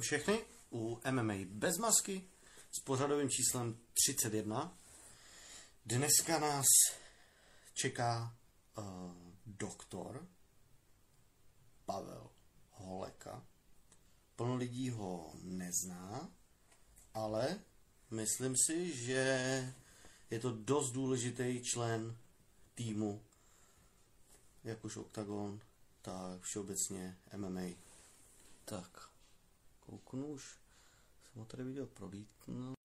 všechny u MMA bez masky s pořadovým číslem 31. Dneska nás čeká doktor Pavel Holeka. Plno lidí ho nezná, ale myslím si, že je to dost důležitý člen týmu, jak už Octagon, tak všeobecně MMA. Tak, kouknu už, jsem ho tady viděl prolítnout.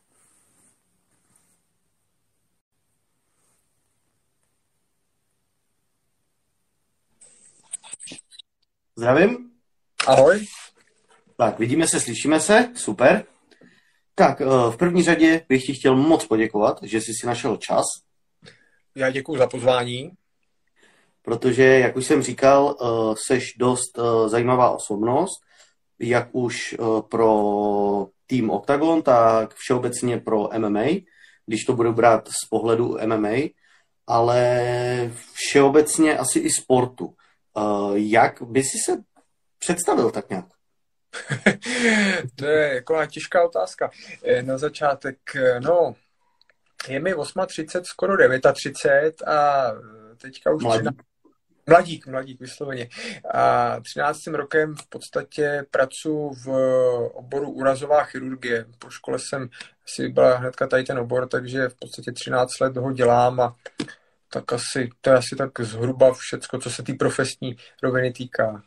Zdravím. Ahoj. Tak, vidíme se, slyšíme se, super. Tak, v první řadě bych ti chtěl moc poděkovat, že jsi si našel čas. Já děkuji za pozvání. Protože, jak už jsem říkal, seš dost zajímavá osobnost, jak už pro tým Octagon, tak všeobecně pro MMA, když to budu brát z pohledu MMA, ale všeobecně asi i sportu. Jak by si se představil tak nějak? To je jako těžká otázka. Na začátek, je mi 38, skoro 39 a teďka už Mladík, vysloveně. A 13. rokem v podstatě pracuji v oboru úrazová chirurgie. Po škole jsem si vybral hnedka tady ten obor, takže v podstatě 13 let ho dělám a tak to je asi tak zhruba všecko, co se té profesní roviny týká.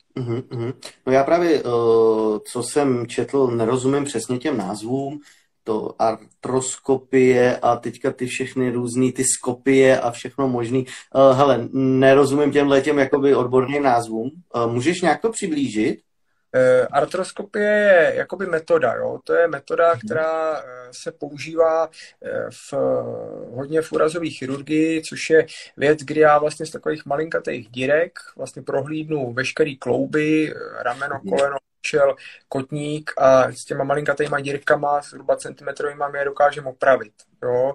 No já právě, co jsem četl, nerozumím přesně těm názvům, to artroskopie a teďka ty všechny různý, ty skopie a všechno možný. Hele, nerozumím těm jakoby odborným názvům. Můžeš nějak to přiblížit? Artroskopie je jakoby metoda, jo? To je metoda, která se používá hodně v úrazové chirurgii, což je věc, kdy já vlastně z takových malinkatých dírek vlastně prohlídnu veškerý klouby, rameno, koleno, čel, kotník a s těma malinkatýma dírkama, zhruba centimetrovýma, my je dokážeme opravit. Jo?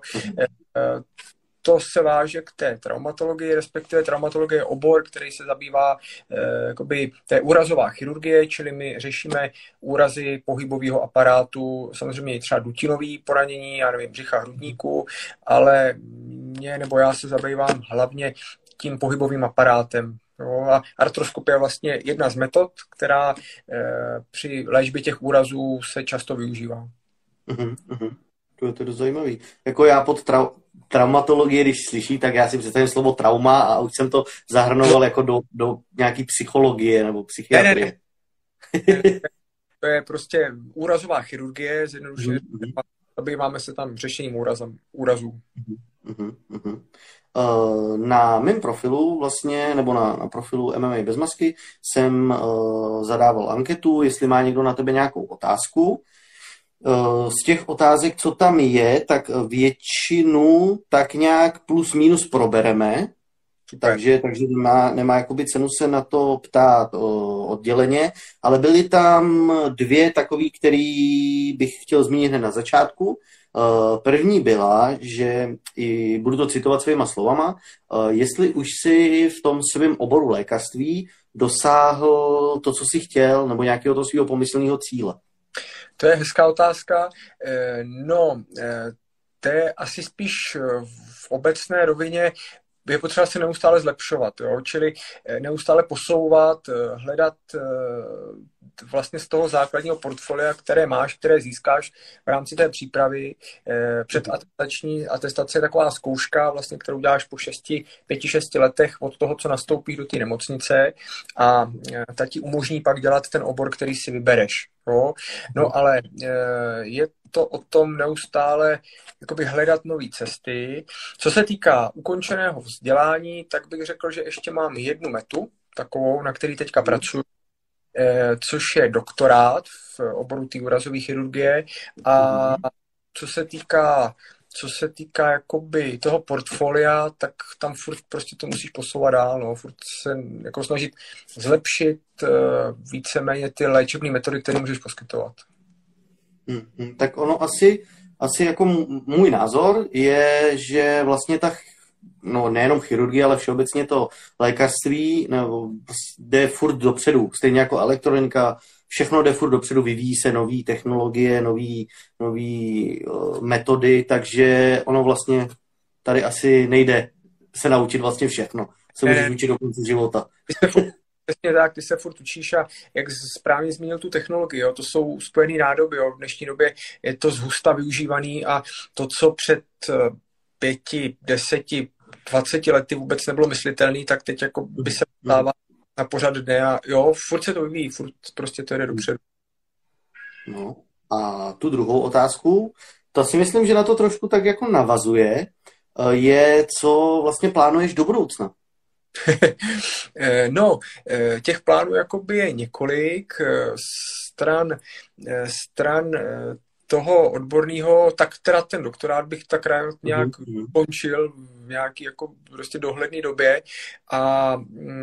To se váže k té traumatologii, respektive traumatologie je obor, který se zabývá té úrazová chirurgie, čili my řešíme úrazy pohybového aparátu, samozřejmě i třeba dutinový poranění, já nevím, břicha, hrudníku, ale já se zabývám hlavně tím pohybovým aparátem. Jo, a artroskopie je vlastně jedna z metod, která při léčbě těch úrazů se často využívá. To je to dost zajímavý. Jako já pod traumatologii, když slyší, tak já si představím slovo trauma a už jsem to zahrnoval jako do nějaký psychologie nebo psychiatrie. Ne. To je prostě úrazová chirurgie, zjednodušeně zabýváme se tam řešením úrazů. Na mém profilu vlastně, nebo na profilu MMA bez masky jsem zadával anketu, jestli má někdo na tebe nějakou otázku. Z těch otázek, co tam je, tak většinu tak nějak plus minus probereme, takže nemá jakoby cenu se na to ptát odděleně, ale byly tam dvě takový, který bych chtěl zmínit hned na začátku. První byla, že, budu to citovat svýma slovama, jestli už si v tom svém oboru lékařství dosáhl to, co si chtěl, nebo nějakého toho svého pomyslného cíle. To je hezká otázka. To je asi spíš v obecné rovině, je potřeba se neustále zlepšovat, jo? Čili neustále posouvat, hledat vlastně z toho základního portfolia, které máš, které získáš v rámci té přípravy. Atestace je taková zkouška, vlastně, kterou děláš po 5-6 letech od toho, co nastoupíš do té nemocnice a ta ti umožní pak dělat ten obor, který si vybereš. Jo? No ale je to o tom neustále jakoby hledat nové cesty. Co se týká ukončeného vzdělání, tak bych řekl, že ještě mám jednu metu, takovou, na který teďka pracuji, což je doktorát v oboru té úrazové chirurgie. A co se týká jakoby toho portfolia, tak tam furt prostě to musíš posouvat dál, no. Furt se jako snažit zlepšit víceméně ty léčebné metody, které můžeš poskytovat. Tak ono asi jako můj názor je, že vlastně ta no nejenom chirurgie, ale všeobecně to lékařství jde furt dopředu, stejně jako elektronika, všechno jde furt dopředu, vyvíjí se nové technologie, nové metody, takže ono vlastně tady asi nejde se naučit vlastně všechno. Se můžeš učit do konce života. Přesně tak, ty se furt učíš a jak správně zmínil tu technologii, jo, to jsou spojené nádoby, jo, v dnešní době je to zhusta využívaný a to, co před 5, 10, 20 lety vůbec nebylo myslitelný, tak teď jako by se stává na pořad dne a jo, furt se to vyvíjí, furt prostě to jde dopředu. No a tu druhou otázku, to si myslím, že na to trošku tak jako navazuje, je, co vlastně plánuješ do budoucna? No, těch plánů jakoby je několik stran toho odborného, tak teda ten doktorát bych tak rád nějak končil v nějaký jako prostě dohledné době a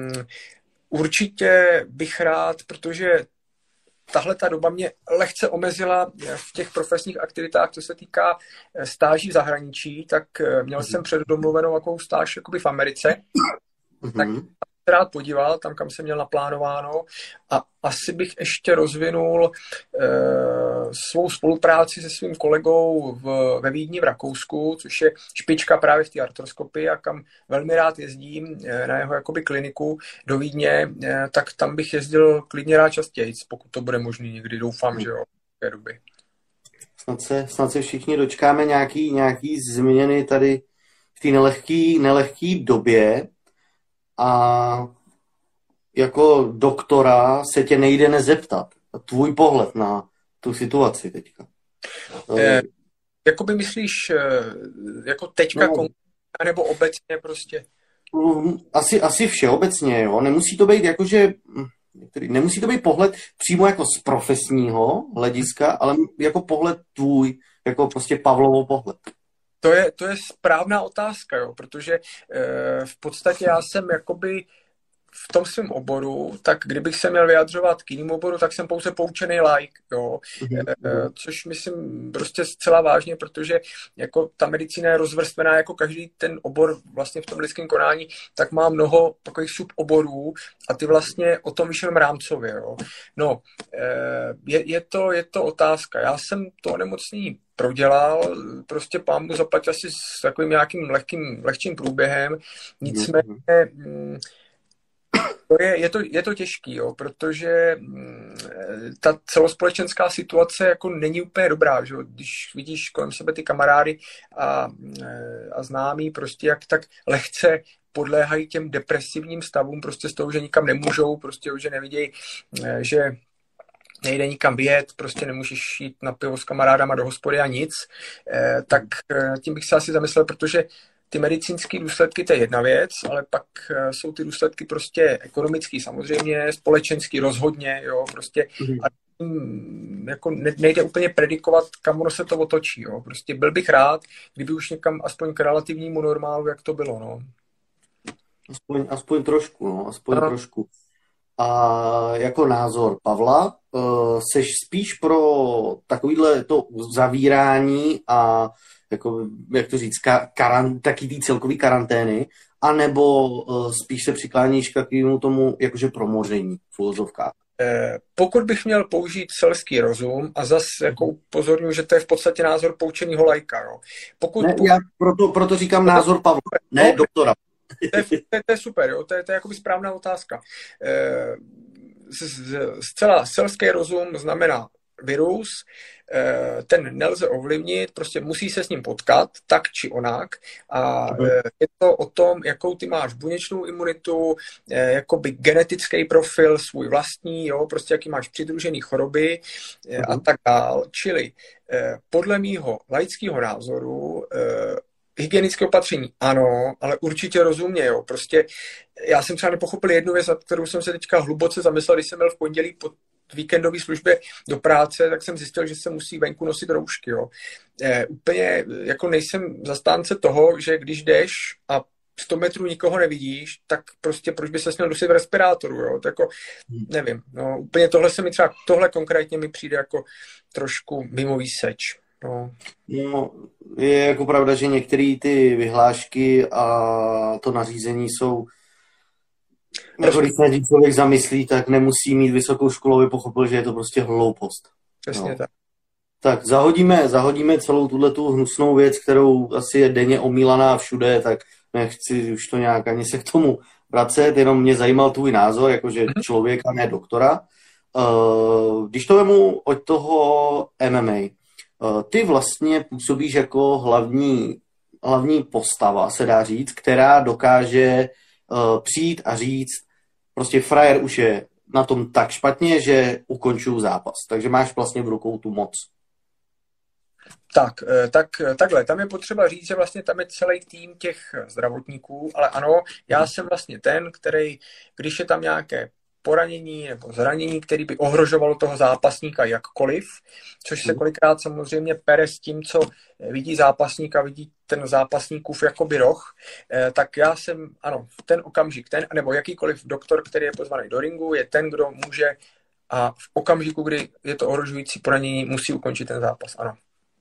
určitě bych rád, protože tahle ta doba mě lehce omezila v těch profesních aktivitách, co se týká stáží v zahraničí, tak měl jsem předdomluvenou jakou stáž jakoby v Americe, tak rád podíval tam, kam jsem měl naplánováno a asi bych ještě rozvinul svou spolupráci se svým kolegou ve Vídni v Rakousku, což je špička právě v té artroskopii a kam velmi rád jezdím na jeho jakoby kliniku do Vídně, tak tam bych jezdil klidně rád častěji, pokud to bude možný někdy, doufám, že jo, v té doby. Snad se všichni dočkáme nějaký změny tady v té nelehký době. A jako doktora se tě nejde nezeptat. Tvůj pohled na tu situaci teďka. Jakoby myslíš jako teďka nebo obecně prostě? Asi všeobecně, jo. Nemusí to být jakože, nemusí to být pohled přímo jako z profesního hlediska, ale jako pohled tvůj, jako prostě Pavlovo pohled. To je správná otázka, jo, protože v podstatě já jsem jakoby v tom svém oboru, tak kdybych se měl vyjadřovat k jinému oboru, tak jsem pouze poučený laik, jo. Což myslím prostě zcela vážně, protože jako ta medicína je rozvrstvená jako každý ten obor vlastně v tom lidském konání, tak má mnoho takových suboborů a ty vlastně o tom víš jenom rámcově, jo. No, je to otázka. Já jsem to onemocnění prodělal, prostě pán mu zaplatil asi s takovým nějakým lehčím průběhem, nicméně je to těžký, jo, protože ta celospolečenská situace jako není úplně dobrá, že? Když vidíš kolem sebe ty kamarády a známí prostě jak tak lehce podléhají těm depresivním stavům prostě z toho, že nikam nemůžou, prostě že nevidějí, že nejde nikam vyjet, prostě nemůžeš jít na pivo s kamarádama do hospody a nic, tak tím bych se asi zamyslel, protože ty medicínské důsledky, to je jedna věc, ale pak jsou ty důsledky prostě ekonomický, samozřejmě, společenský rozhodně, jo, prostě a jako nejde úplně predikovat, kam ono se to otočí, jo, prostě byl bych rád, kdyby už někam aspoň k relativnímu normálu, jak to bylo, no. Aspoň trošku, no, trošku. A jako názor Pavla, seš spíš pro takovýhle to zavírání a jako, jak to říct, taky ty celkový karantény, anebo spíš se přikláníš k takovému tomu jakože promoření v uvozovkách? Pokud bych měl použít selský rozum a zase jako upozorňuji, že to je v podstatě názor poučenýho laika. Jo. Já proto říkám názor Pavla, ne doktora. To je super, jo? To je jakoby správná otázka. Zcela selský rozum znamená virus, ten nelze ovlivnit, prostě musí se s ním potkat, tak či onak. A je to o tom, jakou ty máš buněčnou imunitu, jakoby genetický profil svůj vlastní, jo, prostě jaký máš přidružený choroby a tak dál. Čili podle mýho laického názoru hygienické opatření ano, ale určitě rozumně, jo. Prostě já jsem třeba nepochopil jednu věc, nad kterou jsem se teďka hluboce zamyslel, když jsem byl v pondělí po víkendové službě do práce, tak jsem zjistil, že se musí venku nosit roušky, jo. Úplně jako nejsem zastánce toho, že když jdeš a 100 metrů nikoho nevidíš, tak prostě proč by se směl dusit v respirátoru, jo. To jako, nevím, no úplně tohle konkrétně mi přijde jako trošku mimo výseč. No. No, je jako pravda, že některé ty vyhlášky a to nařízení jsou, jako když se nad tím člověk zamyslí, tak nemusí mít vysokou školu, aby pochopil, že je to prostě hloupost. Přesně tak. Tak zahodíme celou tuhletu hnusnou věc, kterou asi je denně omílaná všude, tak nechci už to nějak ani se k tomu vracet, jenom mě zajímal tvůj názor, jakože člověka, ne doktora. Když to vemu od toho MMA, ty vlastně působíš jako hlavní postava, se dá říct, která dokáže přijít a říct, prostě frajer už je na tom tak špatně, že ukončuju zápas. Takže máš vlastně v rukou tu moc. Takhle, tam je potřeba říct, že vlastně tam je celý tým těch zdravotníků, ale ano, já jsem vlastně ten, který, když je tam nějaké poranění nebo zranění, který by ohrožovalo toho zápasníka jakkoliv, což se kolikrát samozřejmě pere s tím, co vidí zápasník a vidí ten zápasníkův jakoby roh, tak já jsem, ano, v ten okamžik, nebo jakýkoliv doktor, který je pozvaný do ringu, je ten, kdo může a v okamžiku, kdy je to ohrožující poranění, musí ukončit ten zápas, ano.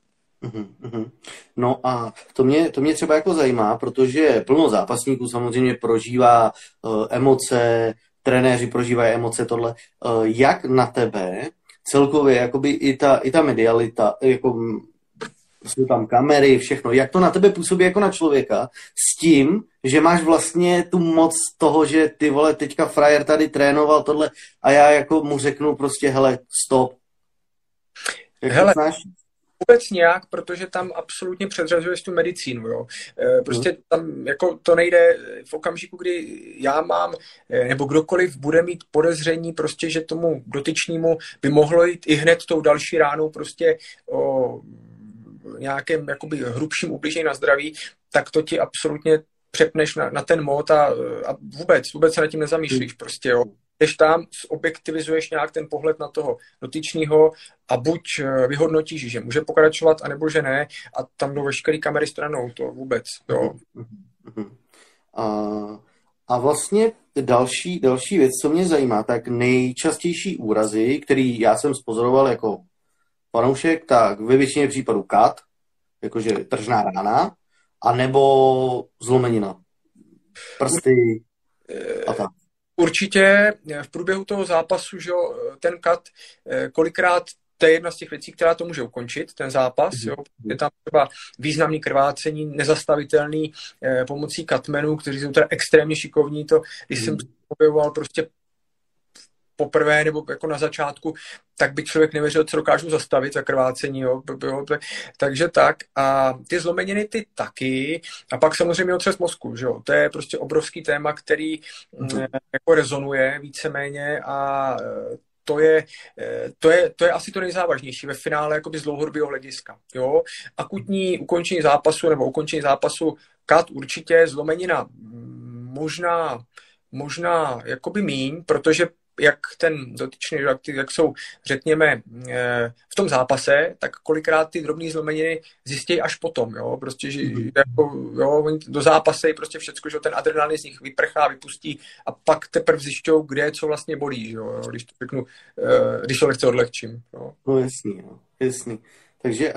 No a to mě třeba jako zajímá, protože plno zápasníků samozřejmě prožívá emoce, trenéři prožívají emoce, tohle. Jak na tebe celkově jakoby i ta medialita, jako jsou tam kamery, všechno, jak to na tebe působí jako na člověka s tím, že máš vlastně tu moc toho, že ty vole, teďka frajer tady trénoval tohle a já jako mu řeknu prostě hele, stop. Jak hele, to znáš? Vůbec nějak, protože tam absolutně předřazuješ tu medicínu, jo. Prostě tam jako to nejde v okamžiku, kdy já mám, nebo kdokoliv bude mít podezření prostě, že tomu dotyčnému by mohlo jít i hned tou další ránou prostě o nějakém jakoby hrubším ublížení na zdraví, tak to ti absolutně přepneš na ten mód a vůbec se nad tím nezamýšlíš prostě, jo. Když tam objektivizuješ nějak ten pohled na toho dotyčného a buď vyhodnotíš, že může pokračovat, anebo že ne, a tam jdou veškerý kamery stranou, to vůbec. Jo. A vlastně další věc, co mě zajímá, tak nejčastější úrazy, který já jsem spozoroval jako fanoušek, tak ve většině případů kat, jakože tržná rána, anebo zlomenina. Prsty a tak. Určitě v průběhu toho zápasu, že ten kat kolikrát to je jedna z těch věcí, která to může ukončit, ten zápas. Jo. Je tam třeba významný krvácení, nezastavitelný pomocí katmenů, kteří jsou teda extrémně šikovní. To, když jsem objevoval prostě poprvé nebo jako na začátku, tak by člověk nevěřil, co dokážu zastavit za krvácení. Jo. Takže tak. A ty zlomeniny ty taky. A pak samozřejmě otřes mozku. Že jo. To je prostě obrovský téma, který jako rezonuje víceméně a to je asi to nejzávažnější ve finále jakoby z dlouhodobého hlediska. Jo? Akutní ukončení zápasu nebo ukončení zápasu kat určitě, zlomenina možná jakoby míň, protože jak ten dotyčný, jak jsou, řekněme, v tom zápase, tak kolikrát ty drobné zlomeniny zjistějí až potom, jo, prostě, že jako, jo, do zápase prostě všecko, že ten adrenalin z nich vyprchá, vypustí a pak teprve zjišťou, kde co vlastně bolí, jo, když to řeknu, když to lehce odlehčím. Jo. No jasný. Takže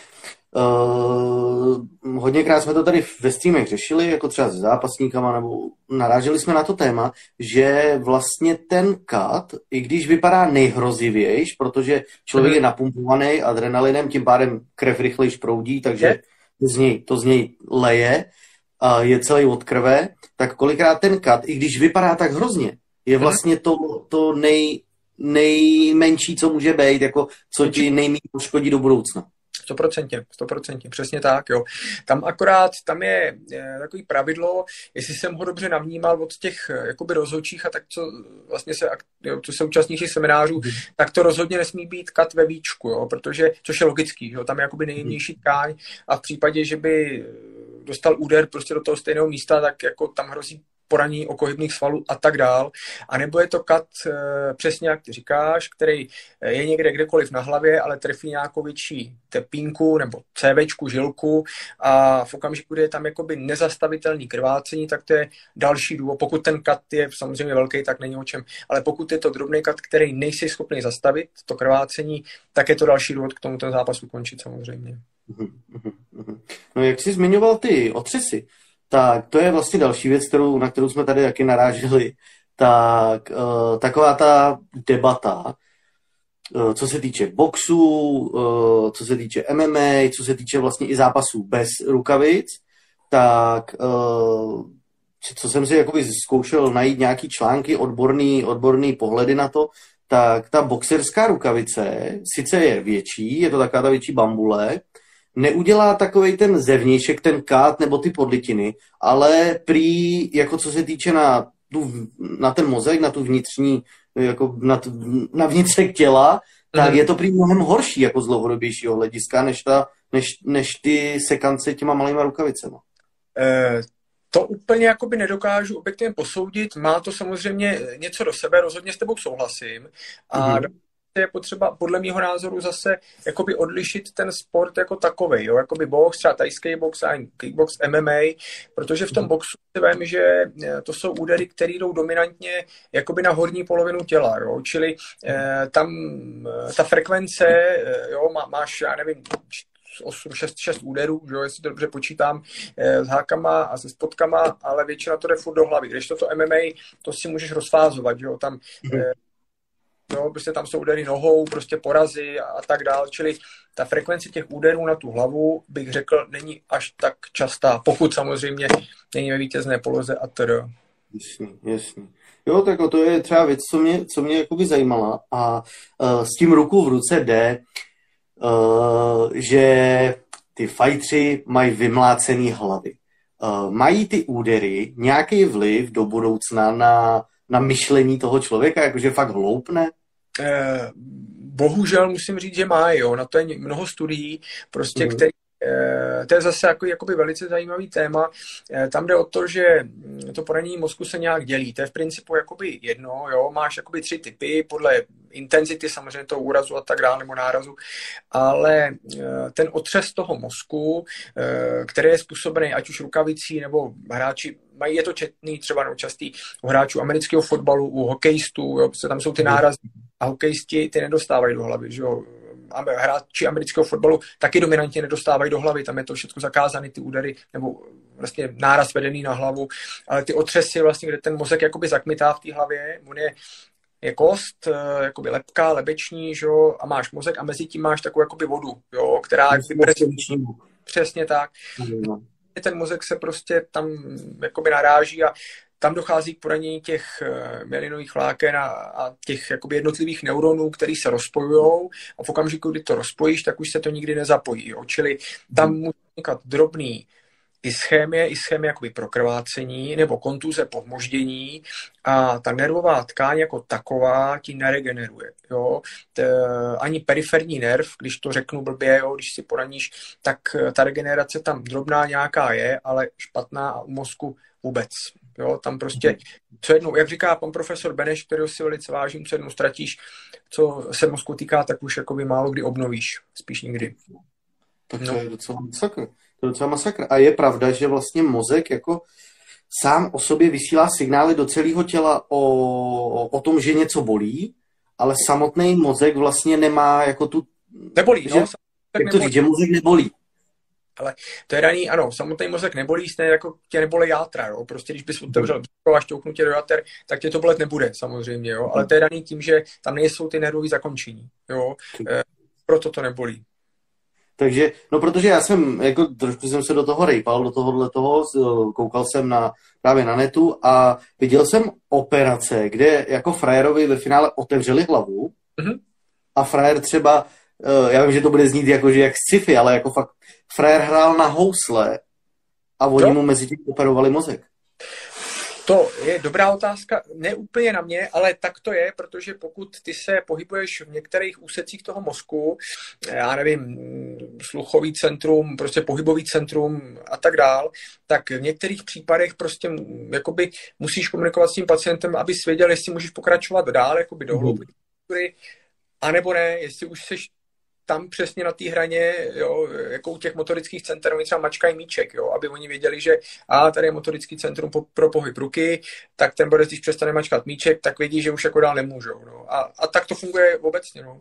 hodněkrát jsme to tady ve streamech řešili, jako třeba s zápasníkama, nebo naráželi jsme na to téma, že vlastně ten kat, i když vypadá nejhrozivějš, protože člověk je napumpovaný adrenalinem, tím pádem krev rychlejš proudí, takže to z něj leje, a je celý od krve, tak kolikrát ten kat, i když vypadá tak hrozně, je vlastně to nejmenší, co může být, jako co ti nejméně poškodí do budoucna. 100%, přesně tak, jo. Tam je takový pravidlo, jestli jsem ho dobře navnímal od těch jakoby rozhodčích a tak, co vlastně co se účastní těch seminářů, tak to rozhodně nesmí být kat ve víčku, jo, protože, což je logický, jo, tam je jakoby nejjemnější tkáň a v případě, že by dostal úder prostě do toho stejného místa, tak jako tam hrozí poranění okohybných svalů a tak dál. A nebo je to kat, přesně jak ty říkáš, který je někde kdekoliv na hlavě, ale trefí nějakou větší tepínku nebo cévečku, žilku a v okamžiku, kdy je tam jakoby nezastavitelný krvácení, tak to je další důvod. Pokud ten kat je samozřejmě velký, tak není o čem, ale pokud je to drobný kat, který nejsi schopný zastavit, to krvácení, tak je to další důvod k tomu ten zápas ukončit samozřejmě. No jak jsi zmiňoval ty otřesy, tak to je vlastně další věc, na kterou jsme tady taky naráželi. Tak taková ta debata, co se týče boxu, co se týče MMA, co se týče vlastně i zápasů bez rukavic, tak co jsem si jakoby zkoušel najít nějaký články, odborný pohledy na to, tak ta boxerská rukavice sice je větší, je to taková ta větší bambule, neudělá takovej ten zevnějšek, ten kát nebo ty podlitiny, ale prý, jako co se týče na ten mozek, na tu vnitřní, jako na vnitřek těla, tak je to prý mnohem horší jako z dlouhodobějšího hlediska, než ty sekance těma malýma rukavicema. To úplně jakoby nedokážu objektivně posoudit, má to samozřejmě něco do sebe, rozhodně s tebou souhlasím a je potřeba podle mého názoru zase jakoby odlišit ten sport jako takovej, jo? Jakoby box, třeba tajský box a kickbox, MMA, protože v tom boxu si vím, že to jsou údery, které jdou dominantně jakoby na horní polovinu těla, jo? Čili tam ta frekvence, jo, máš, já nevím, 6 úderů, že, jestli to dobře počítám, s hákama a se spotkama, ale většina to jde furt do hlavy. Když toto MMA, to si můžeš rozfázovat, že jo, tam jo, prostě tam jsou údery nohou, prostě porazy a tak dál, čili ta frekvence těch úderů na tu hlavu, bych řekl, není až tak častá, pokud samozřejmě není ve vítězné poloze a tedy. Jasný. Jo, tak to je třeba věc, co mě jakoby zajímala a s tím ruku v ruce jde, že ty fajtři mají vymlácený hlavy. Mají ty údery nějaký vliv do budoucna na myšlení toho člověka, jakože fakt hloupne? Bohužel musím říct, že má, jo. Na to je mnoho studií, prostě, který to je zase jakoby velice zajímavý téma. Tam jde o to, že to poranění mozku se nějak dělí. To je v principu jakoby jedno, jo. Máš jakoby 3 typy podle intenzity samozřejmě toho úrazu a tak dále, nebo nárazu, ale ten otřes toho mozku, který je způsobený ať už rukavicí nebo hráči, je to četný třeba nebo častý u hráčů amerického fotbalu, u hokejistů, jo, tam jsou ty nárazy a hokejisti ty nedostávají do hlavy, že jo. Hráči amerického fotbalu taky dominantně nedostávají do hlavy, tam je to všechno zakázané, ty údery, nebo vlastně náraz vedený na hlavu, ale ty otřesy vlastně, kde ten mozek jakoby zakmitá v té hlavě, on je kost, jakoby lepka, lebeční, že jo, a máš mozek a mezi tím máš takovou jakoby vodu, jo, která přesně tak. Ten mozek se prostě tam jakoby naráží a tam dochází k poranění těch myelinových vláken a těch jakoby jednotlivých neuronů, které se rozpojujou a v okamžiku, kdy to rozpojíš, tak už se to nikdy nezapojí. Jo? Čili tam může vznikat drobný ischémie jakoby prokrvácení nebo kontuze podmoždění a ta nervová tkáň jako taková ti neregeneruje. Jo? Ani periferní nerv, když to řeknu blbě, jo, když si poraníš, tak ta regenerace tam drobná nějaká je, ale špatná a u mozku vůbec. Jo, tam prostě, co jednou, jak říká pan profesor Beneš, kterého si velice vážím, co jednou ztratíš, co se mozku týká, tak už jakoby málo kdy obnovíš, spíš nikdy. Tak to je docela masakr. A je pravda, že vlastně mozek jako sám o sobě vysílá signály do celého těla o tom, že něco bolí, ale samotný mozek vlastně nemá jako tu... Nebolí, že, no. Jak to říct, že mozek nebolí. Ale to je daný, ano, samotný mozek nebolí, stejně jako tě nebolí játra, jo. Prostě když bys otevřel a šťouknul tě do játer, tak tě to bolet nebude, samozřejmě, jo. Ale to je daný tím, že tam nejsou ty nervové zakončení, jo. Proto to nebolí. Takže, no protože já jsem, jako trošku jsem se do toho rejpal, do tohohle, koukal jsem právě na netu a viděl jsem operace, kde jako frajerovi ve finále otevřeli hlavu a frajer třeba, já vím, že to bude znít jako, že jak sci-fi, ale jako fakt frajer hrál na housle a oni mu mezi tím operovali mozek. To je dobrá otázka, ne úplně na mě, ale tak to je, protože pokud ty se pohybuješ v některých úsecích toho mozku, já nevím, sluchový centrum, prostě pohybový centrum a tak dál, tak v některých případech prostě jakoby musíš komunikovat s tím pacientem, aby věděl, jestli můžeš pokračovat dál, jakoby do hloubky, anebo ne, jestli už seš tam přesně na té hraně, jo, jako u těch motorických center, oni třeba mačkají míček, jo, aby oni věděli, že tady je motorický centrum pro pohyb ruky, tak ten borec, když přestane mačkat míček, tak vědí, že už jako dál nemůžou. No. A tak to funguje obecně. No.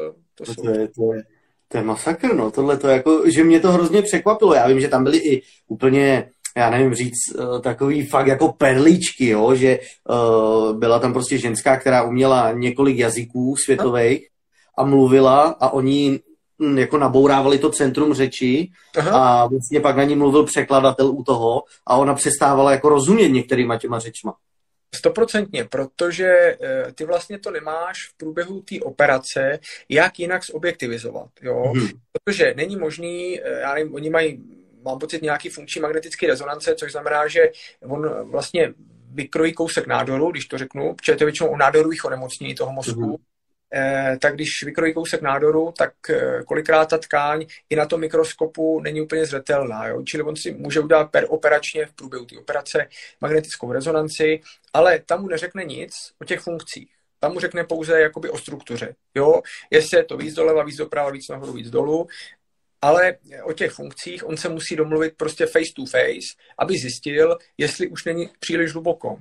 To je masakr, no. Tohle to jako, že mě to hrozně překvapilo. Já vím, že tam byly i úplně, já nevím říct, takový fakt jako perličky, jo, že byla tam prostě ženská, která uměla několik jazyků světových, a mluvila a oni jako nabourávali to centrum řeči. Aha. A vlastně pak na ní mluvil překladatel u toho a ona přestávala jako rozumět některýma těma řečma. 100%, protože ty vlastně to nemáš v průběhu té operace, jak jinak zobjektivizovat, jo? Protože není možný, já nevím, oni mám pocit, nějaký funkční magnetický rezonance, což znamená, že on vlastně vykrojí kousek nádoru, když to řeknu, protože to je většinou o nádorových onemocnění toho mozku, tak když vykrojí kousek nádoru, tak kolikrát ta tkáň i na tom mikroskopu není úplně zřetelná. Jo? Čili on si může udělat operačně v průběhu té operace magnetickou rezonanci, ale tam mu neřekne nic o těch funkcích. Tam mu řekne pouze jakoby o struktuře. Jo? Jestli je to víc doleva, víc doprava, víc nahoru, víc dolů, ale o těch funkcích on se musí domluvit prostě face to face, aby zjistil, jestli už není příliš hluboko.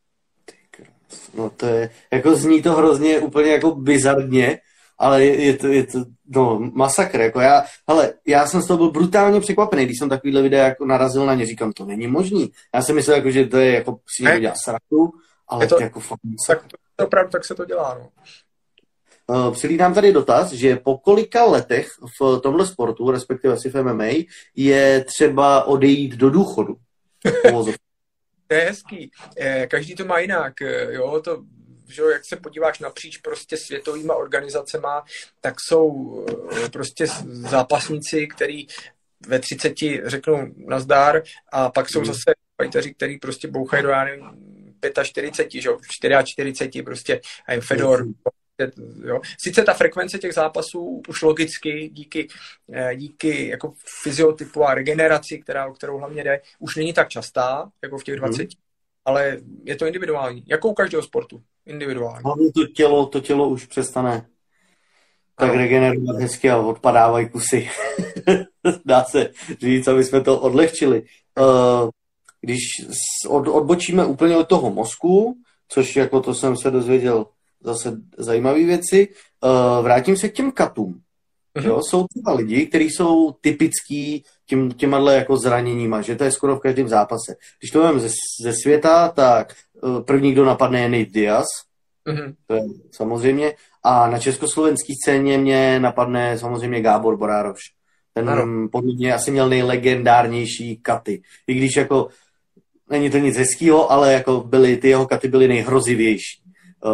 No to je, jako zní to hrozně úplně jako bizarně, ale je to no, masakr, jako já jsem z toho byl brutálně překvapený, když jsem takovýhle videa jako narazil na ně, říkám, to není možný. Já jsem myslel, jako, že to je jako si někdo dělá sraku, ale to jako fakt masakr. Tak se to dělá, no. Přilídám tady dotaz, že po kolika letech v tomhle sportu, respektive asi v MMA, je třeba odejít do důchodu? To je hezký. Každý to má jinak. Jo? To, že jak se podíváš napříč prostě světovýma organizacema, tak jsou prostě zápasníci, který ve 30 řeknou nazdar a pak jsou zase fighteři, který prostě bouchají do, já nevím, 45, že jo, 44, prostě a Fedor. Jo. Sice ta frekvence těch zápasů už logicky díky jako fyziotypu a regeneraci, o kterou hlavně jde, už není tak častá, jako v těch 20, ale je to individuální, jako u každého sportu, individuální. Hlavně to tělo už přestane tak regenerovat hezky a odpadávají kusy. Dá se říct, aby jsme to odlehčili. Když odbočíme úplně od toho mozku, což jako to jsem se dozvěděl zase zajímavé věci. Vrátím se k těm katům. Jo? Jsou třeba lidi, kteří jsou typický těmahle jako zraněníma, že to je skoro v každém zápase. Když to vím ze světa, tak první, kdo napadne, je Nate Diaz. To je samozřejmě. A na československé scéně mě napadne samozřejmě Gábor Borároš. Ten podle mě asi měl nejlegendárnější katy. I když jako není to nic hezkýho, ale jako ty jeho katy byly nejhrozivější.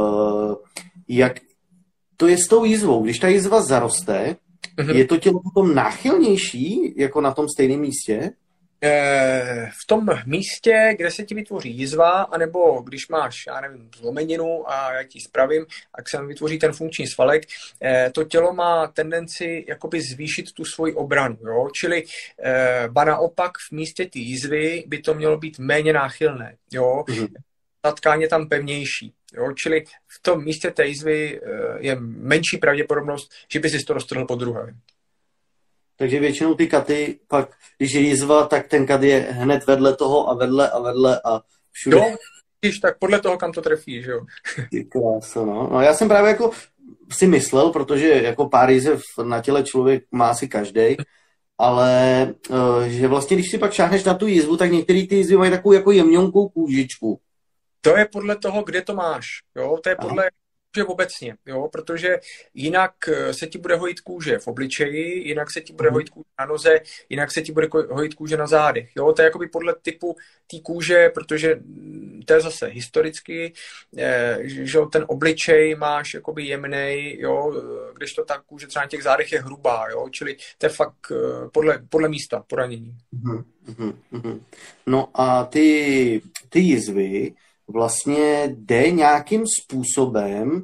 Jak to je s tou jizvou? Když ta jizva zaroste, je to tělo potom náchylnější, jako na tom stejném místě? V tom místě, kde se ti vytvoří jizva, anebo když máš, já nevím, zlomeninu a já ti spravím, tak se vytvoří ten funkční svalek, to tělo má tendenci jakoby zvýšit tu svoji obranu, jo? Čili ba naopak v místě ty jizvy by to mělo být méně náchylné, jo? Ta tkáň je tam pevnější. Jo? Čili v tom místě té jizvy je menší pravděpodobnost, že by si to roztrhl po druhé. Takže většinou ty katy, pak když je jizva, tak ten kat je hned vedle toho a vedle a všude. Jo, tak podle toho, kam to trefí, že jo. Ty krása, no. No já jsem právě jako si myslel, protože jako pár jizev na těle člověk má asi každej, ale že vlastně, když si pak šáhneš na tu jizvu, tak některé ty jizvy mají takovou jako jemňonkou kůžičku. To je podle toho, kde to máš. Jo? To je podle kůže obecně, jo? Protože jinak se ti bude hojit kůže v obličeji, jinak se ti bude hojit kůže na noze, jinak se ti bude hojit kůže na zádech. Jo? To je jakoby podle typu té kůže, protože to je zase historicky, že ten obličej máš jakoby jemnej, jo, když to tak kůže třeba na těch zádech je hrubá, jo, čili to je fakt podle místa poranění. No a ty jizvy vlastně jde nějakým způsobem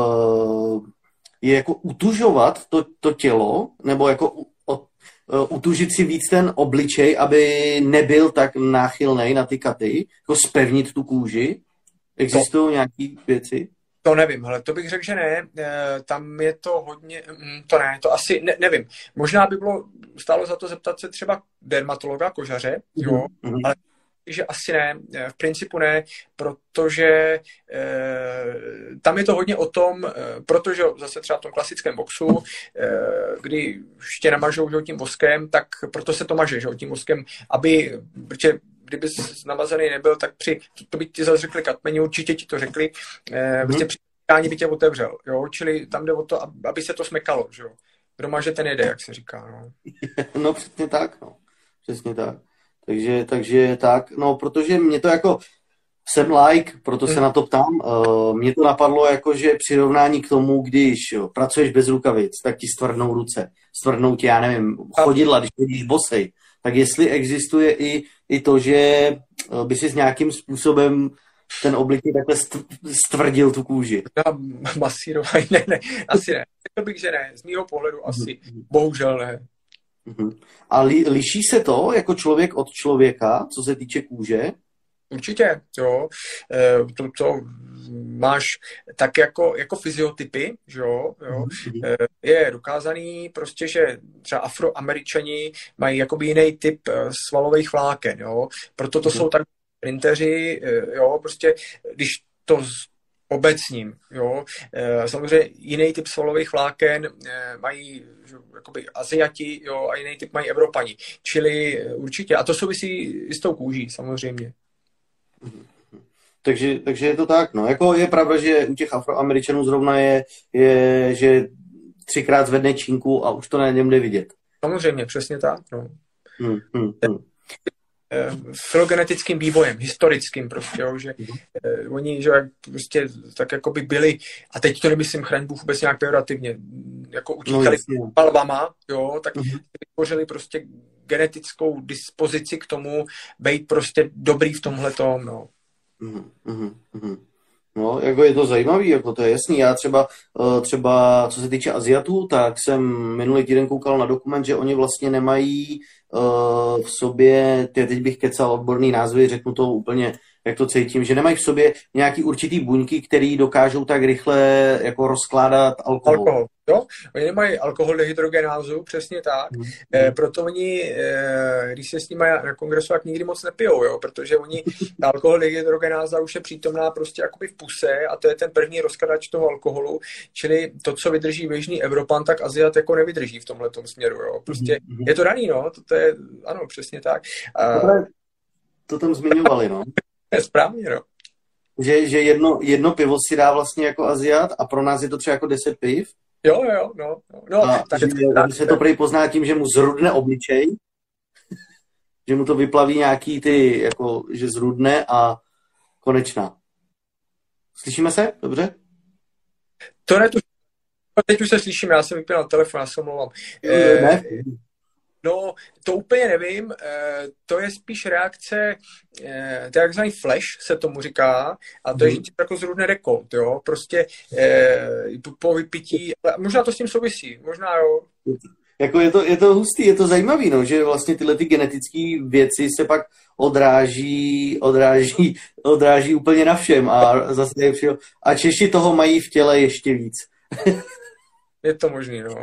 je jako utužovat to tělo, nebo jako utužit si víc ten obličej, aby nebyl tak náchylnej na ty katy, jako zpevnit tu kůži? Existují nějaké věci? To nevím, hele, to bych řekl, že ne. Tam je to hodně, to ne, to asi nevím. Možná by bylo stálo za to zeptat se třeba dermatologa, kožaře, jo, ale že asi ne, v principu ne, protože tam je to hodně o tom, protože zase třeba v tom klasickém boxu, kdy tě namažou tím voskem, tak proto se to maže tím voskem, aby, protože kdyby namazaný nebyl, tak to by ti zase řekli katmeni, určitě ti to řekli, prostě při by tě otevřel, jo, čili tam jde o to, aby se to smekalo, že jo. Kdo maže, ten jede, jak se říká, no. No přesně tak, no. Přesně tak. Takže tak, no, protože mě to jako, jsem like, proto se na to ptám, mě to napadlo jako, že přirovnání k tomu, když pracuješ bez rukavic, tak ti stvrdnou ruce, stvrdnou ti, já nevím, chodidla, když chodíš bosej, tak jestli existuje i to, že by si s nějakým způsobem ten obličej takhle stvrdil tu kůži. Masírování, ne, asi ne. Řekl bych, že ne, z mýho pohledu asi, bohužel ne. A liší se to jako člověk od člověka, co se týče kůže? Určitě, jo. To máš tak jako fyziotypy, že jo. Je dokázaný prostě, že třeba Afroameričani mají jakoby jiný typ svalových vláken, jo. Proto to jsou tak sprinteři, jo, prostě když to obecním, jo. Samozřejmě jiný typ svalových vláken mají jakoby Aziati, jo, a jiný typ mají Evropani. Čili určitě. A to souvisí i s tou kůží, samozřejmě. Takže je to tak, no. Jako je pravda, že u těch Afroameričanů zrovna je že 3krát zvedne činku a už to na něm jde vidět. Samozřejmě, přesně tak, no. Filogenetickým vývojem, historickým prostě, jo, že oni, že prostě tak jako by byli, a teď to nemyslím, chraň Bůh vůbec nějak pejorativně, jako utíkali palvama, jo, tak vytvořili prostě genetickou dispozici k tomu být prostě dobrý v tomhletom, no. No, jako je to zajímavý, jako to je jasný. Já třeba co se týče Aziatů, tak jsem minulý týden koukal na dokument, že oni vlastně nemají v sobě, teď bych kecal odborný názvy, řeknu to úplně, jak to cítím, že nemají v sobě nějaký určitý buňky, který dokážou tak rychle jako rozkládat alkohol. Jo, oni nemají alkohol dehydrogenázu, přesně tak. Proto oni, když se s nimi na kongresu, tak nikdy moc nepijou, jo, protože oni, ta alkohol dehydrogenáza už je přítomná prostě jakoby v puse a to je ten první rozkladač toho alkoholu, čili to, co vydrží běžný Evropan, tak Aziat jako nevydrží v tomhletom směru, jo. Prostě je to daný, no, to je, ano, přesně tak. To tam zmiňovali, no. Je správně, no. Že jedno pivo si dá vlastně jako Aziat a pro nás je to třeba jako 10 piv. Jo, no. Tak se to prý pozná tím, že mu zrudne obličej, že mu to vyplaví nějaký ty, jako, že zrudne a konečná. Slyšíme se? Dobře? To ne, teď už se slyšíme, já jsem vypěl na telefon, já se omlouvám. Ne. No, to úplně nevím, to je spíš reakce, takzvaný flash se tomu říká, a to je, že ti jako zrudne dekolt, jo, prostě po vypití, ale možná to s tím souvisí, možná jo. Jako je to hustý, je to zajímavý, no, že vlastně tyhle ty genetické věci se pak odráží úplně na všem a zase a Češi toho mají v těle ještě víc. Je to možný, no.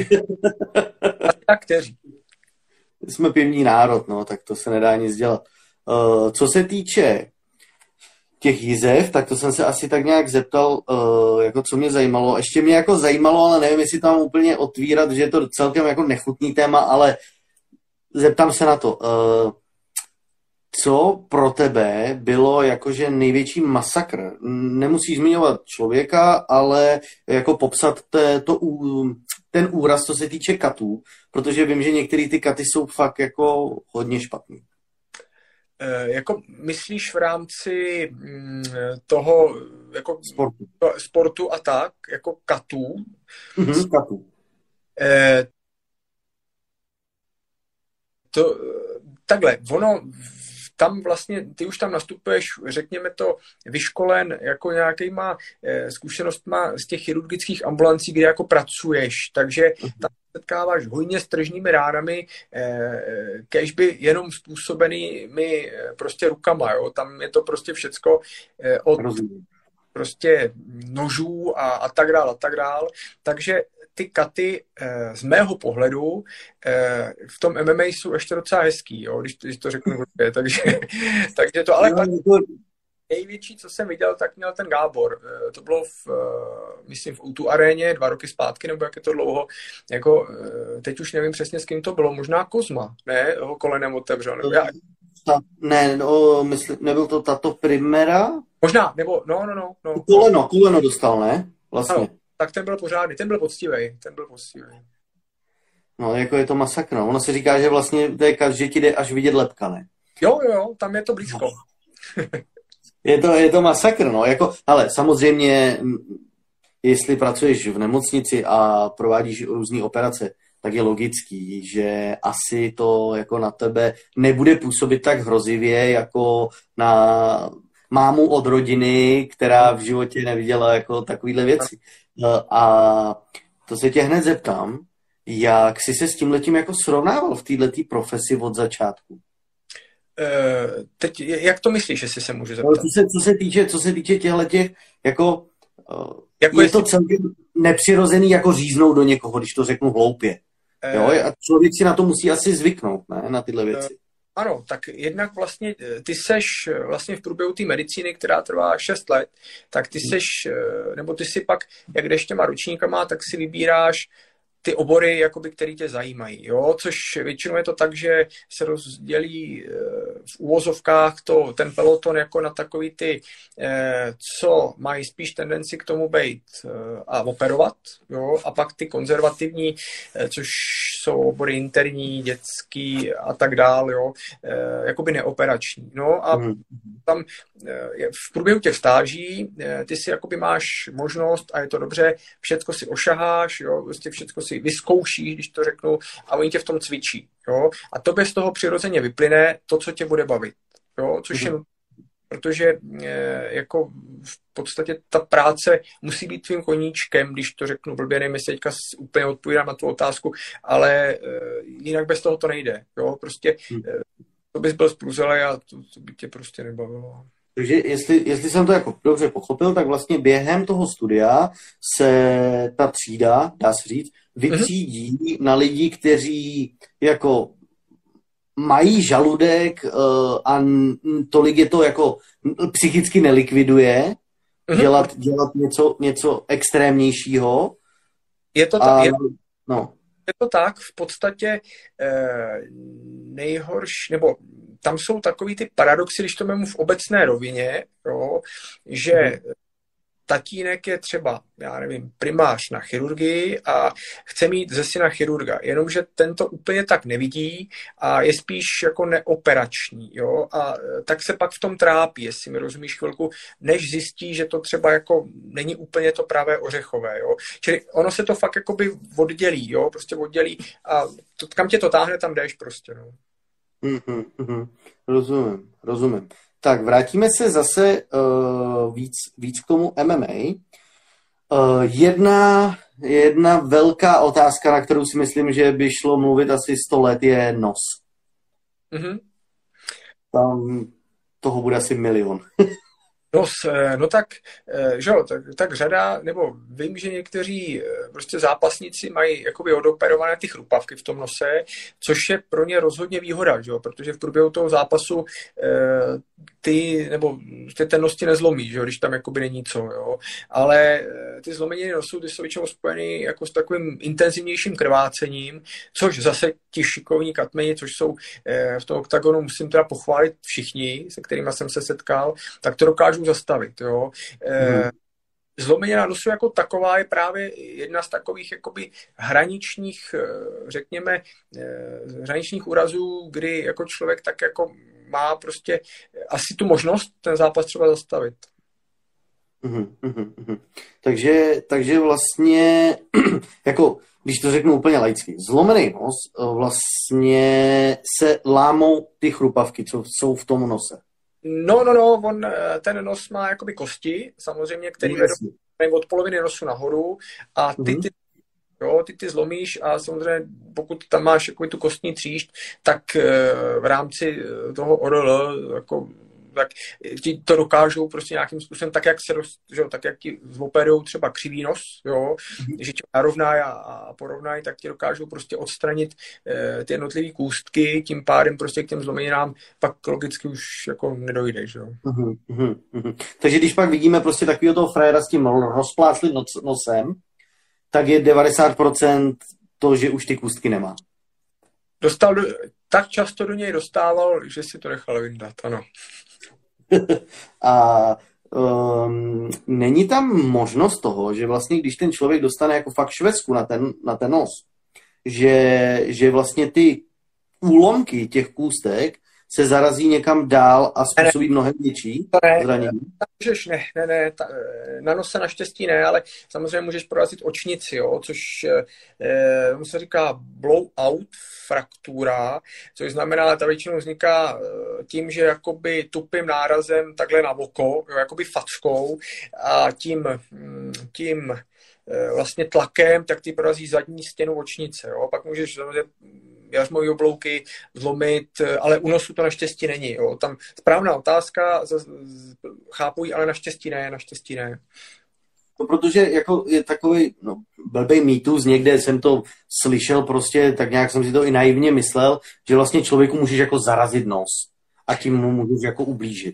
A kteří? Jsme pěvný národ, no, tak to se nedá nic dělat. Co se týče těch jizev, tak to jsem se asi tak nějak zeptal, jako co mě zajímalo. Ještě mě jako zajímalo, ale nevím, jestli tam úplně otvírat, že je to celkem jako nechutný téma, ale zeptám se na to. Co pro tebe bylo jakože největší masakr? Nemusíš zmiňovat člověka, ale jako popsat ten úraz, co se týče katů, protože vím, že některé ty katy jsou fakt jako hodně špatný. Jako myslíš v rámci toho jako sportu a tak, jako katů? Katů. Takhle, ono tam vlastně, ty už tam nastupuješ, řekněme to, vyškolen jako nějakýma zkušenostma z těch chirurgických ambulancí, kde jako pracuješ, takže tam setkáváš hodně s tržními ránami, kéžby jenom způsobenými prostě rukama, jo? Tam je to prostě všecko od prostě nožů a tak dál, takže ty katy z mého pohledu v tom MMA jsou ještě docela hezký, jo, když to řeknu hodně, takže to, ale největší, co jsem viděl, tak měl ten Gábor. To bylo myslím v O2 aréně 2 roky zpátky, nebo jak je to dlouho, jako teď už nevím přesně, s kým to bylo, možná Kozma, ne, ho kolenem otevřel. Ne, myslím, nebyl to Tato Primera? Možná, nebo, no. Koleno dostal, ne? Vlastně. Ano, tak ten byl pořádný, ten byl poctivý. No, jako je to masakr, no. Ono se říká, že vlastně že ti jde až vidět lebka, ne? Jo, tam je to blízko. Je to masakr, no. Jako, ale samozřejmě, jestli pracuješ v nemocnici a provádíš různé operace, tak je logický, že asi to jako na tebe nebude působit tak hrozivě, jako na mámu od rodiny, která v životě neviděla jako takovýhle věci. A to se tě hned zeptám, jak jsi se s tímhletím jako srovnával v této profesi od začátku? Teď, jak to myslíš, jestli se můžu zeptat? Co se týče těchhletěch, jako je to celkem nepřirozený jako říznout do někoho, když to řeknu hloupě. Jo? A člověk si na to musí asi zvyknout, ne? Na tyhle věci. Ano, tak jednak vlastně ty seš vlastně v průběhu té medicíny, která trvá 6 let, tak ty seš, nebo ty si pak, jak jdeš těma ročníkama, tak si vybíráš ty obory, jakoby, který tě zajímají, jo? Což většinou je to tak, že se rozdělí v uvozovkách ten peloton jako na takový ty, co mají spíš tendenci k tomu být a operovat, jo? A pak ty konzervativní, což jsou obory interní, dětský a tak dál, jo? Jakoby neoperační. No a tam v průběhu těch stáží ty si jakoby máš možnost, a je to dobře, všecko si ošaháš, jo? Prostě všecko si vyzkoušíš, když to řeknu, a oni tě v tom cvičí. Jo? A tobě z toho přirozeně vyplyne to, co tě bude bavit. Jo? Což je, protože jako v podstatě ta práce musí být tvým koníčkem, když to řeknu blbě, nevím, jestli teďka úplně odpovídám na tu otázku, ale jinak bez toho to nejde. Jo? Prostě to bys byl zprůzelej a to by tě prostě nebavilo. Takže jestli jsem to jako dobře pochopil, tak vlastně během toho studia se ta třída, dá se říct, vytřídí na lidi, kteří jako mají žaludek a tolik je to jako psychicky nelikviduje, dělat něco extrémnějšího. Je to tak, je to tak, v podstatě nejhorší, nebo tam jsou takový ty paradoxy, když to mám v obecné rovině, jo, že tatínek je třeba, já nevím, primář na chirurgii a chce mít ze syna chirurga, jenomže ten to úplně tak nevidí a je spíš jako neoperační, jo, a tak se pak v tom trápí, jestli mi rozumíš chvilku, než zjistí, že to třeba jako není úplně to pravé ořechové, jo. Čili ono se to fakt jakoby oddělí, jo, prostě oddělí a kam tě to táhne, tam jdeš prostě, no. Rozumím. Tak vrátíme se zase víc k tomu MMA. Jedna velká otázka, na kterou si myslím, že by šlo mluvit asi 100 let, je nos. Tam toho bude asi 1 milion. No tak, že jo, tak řada, nebo vím, že někteří prostě zápasníci mají jakoby odoperované ty chrupavky v tom nose, což je pro ně rozhodně výhoda, že jo, protože v průběhu toho zápasu ten nos ti nezlomí, že jo, když tam jakoby není co, jo, ale ty zlomeniny nosu, ty jsou většinou spojeny jako s takovým intenzivnějším krvácením, což zase ti šikovní katmeni, což jsou v tom oktagonu, musím teda pochválit všichni, se kterými jsem se setkal, tak to dokážou zastavit, jo. Zlomenina nosu jako taková je právě jedna z takových jakoby hraničních, řekněme, hraničních úrazů, kdy jako člověk tak jako má prostě asi tu možnost ten zápas třeba zastavit. Takže vlastně, jako, když to řeknu úplně laicky, zlomený nos vlastně se lámou ty chrupavky, co jsou v tom nose. No, ten nos má jakoby kosti, samozřejmě, který vedou od poloviny nosu nahoru a ty zlomíš a samozřejmě pokud tam máš jako tu kostní tříšť, tak v rámci toho ORL jako tak ti to dokážou prostě nějakým způsobem, tak jak ti zoperujou třeba křivý nos, jo, že ti narovnají a porovnají, tak ti dokážou prostě odstranit ty jednotlivé kůstky, tím pádem prostě k těm zlomeninám pak logicky už jako nedojdeš, jo. Takže když pak vidíme prostě takového toho frajera s tím rozpláclým nosem, tak je 90% to, že už ty kůstky nemá. Tak často do něj dostával, že si to nechal vyndat, ano. A není tam možnost toho, že vlastně, když ten člověk dostane jako fakt švecku na ten nos, že vlastně ty úlomky těch kůstek se zarazí někam dál a způsobí mnohem větší zranění? Ne, na nose naštěstí ne, ale samozřejmě můžeš prorazit očnici, jo, což se říká blowout fraktura, což znamená, ta většinou vzniká tím, že jakoby tupým nárazem takhle na oko, jo, jakoby fackou a tím vlastně tlakem, tak ty prorazí zadní stěnu očnice, jo, pak můžeš jařmový oblouky zlomit, ale u nosu to naštěstí není. Jo. Tam správná otázka, chápu ji, ale naštěstí ne. No, protože jako je takový blbej mýtus, někde jsem to slyšel prostě, tak nějak jsem si to i naivně myslel, že vlastně člověku můžeš jako zarazit nos a tím mu můžeš jako ublížit.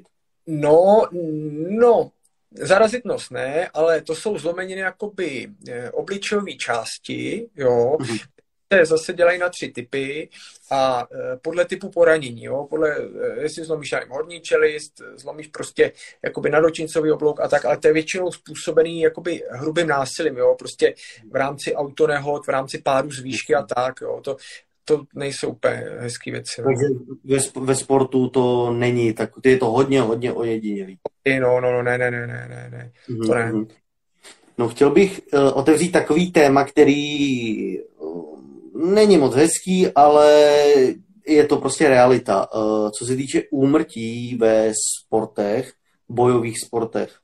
No, zarazit nos ne, ale to jsou zlomeniny jakoby obličejové části, jo, zase dělají na 3 typy a podle typu poranění, jo, jestli zlomíš horní čelist, zlomíš prostě jakoby nadočincový oblouk a tak, ale to je většinou způsobený jakoby hrubým násilím, jo, prostě v rámci autonehod, v rámci pádu z výšky a tak, jo, to nejsou úplně hezký věci. Takže ve sportu to není, tak je to hodně ojedinělý. No, ne. To ne. No, chtěl bych otevřít takový téma, který není moc hezký, ale je to prostě realita. Co se týče úmrtí ve sportech, bojových sportech,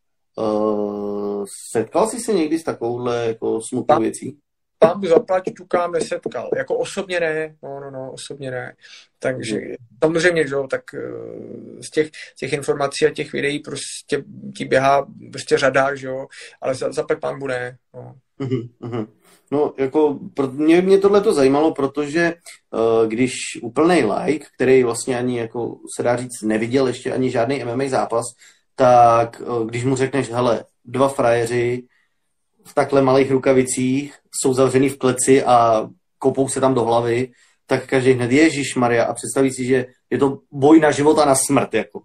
setkal jsi se někdy s takovouhle jako smutnou věcí? Pán zaplať, ťukám, nesetkal. Jako osobně ne. No, osobně ne. Takže samozřejmě, že jo, tak z těch informací a těch videí prostě ti běhá prostě řada, že jo, ale zaplať pánbu ne. No. No, jako mě tohle to zajímalo, protože když úplnej like, který vlastně ani, jako se dá říct, neviděl ještě ani žádný MMA zápas, tak když mu řekneš, hele, 2 frajeři v takhle malých rukavicích jsou zavřený v kleci a kopou se tam do hlavy, tak každý hned Ježišmarja a představí si, že je to boj na život a na smrt, jako.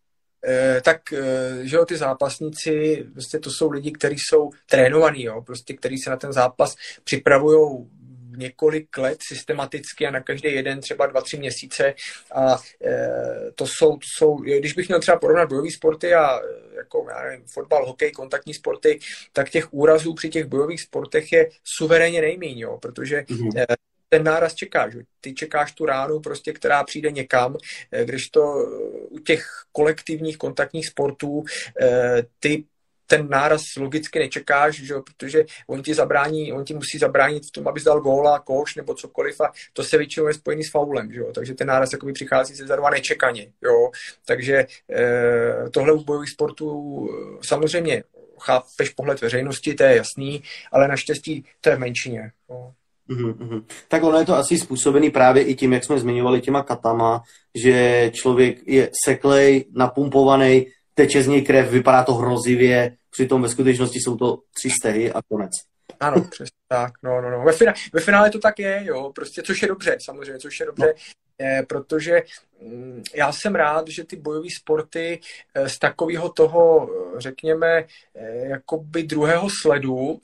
Že jo, ty zápasníci, prostě to jsou lidi, kteří jsou trénovaní, jo, prostě, kteří se na ten zápas připravují několik let systematicky a na každý jeden třeba 2-3 měsíce a to jsou, když bych měl třeba porovnat bojové sporty a jako, já nevím, fotbal, hokej, kontaktní sporty, tak těch úrazů při těch bojových sportech je suverénně nejméně, jo, protože ten náraz čekáš. Ty čekáš tu ránu, prostě, která přijde někam, kdežto u těch kolektivních kontaktních sportů ty ten náraz logicky nečekáš, že? Protože on ti musí zabránit v tom, abys dal góla, koš nebo cokoliv a to se většinou je spojený s faulem, že? Takže ten náraz jakoby přichází se zadu a nečekaně. Jo? Takže tohle u bojových sportů samozřejmě chápeš pohled veřejnosti, to je jasný, ale naštěstí to je v menšině. Jo? Tak ono je to asi způsobený právě i tím, jak jsme zmiňovali těma katama, že člověk je seklej, napumpovaný, teče z něj krev, vypadá to hrozivě, přitom ve skutečnosti jsou to 3 stehy a konec. Ano, přesně tak, no. Ve finále to tak je, jo, prostě, což je dobře, samozřejmě, protože já jsem rád, že ty bojové sporty z takového toho, řekněme, jakoby druhého sledu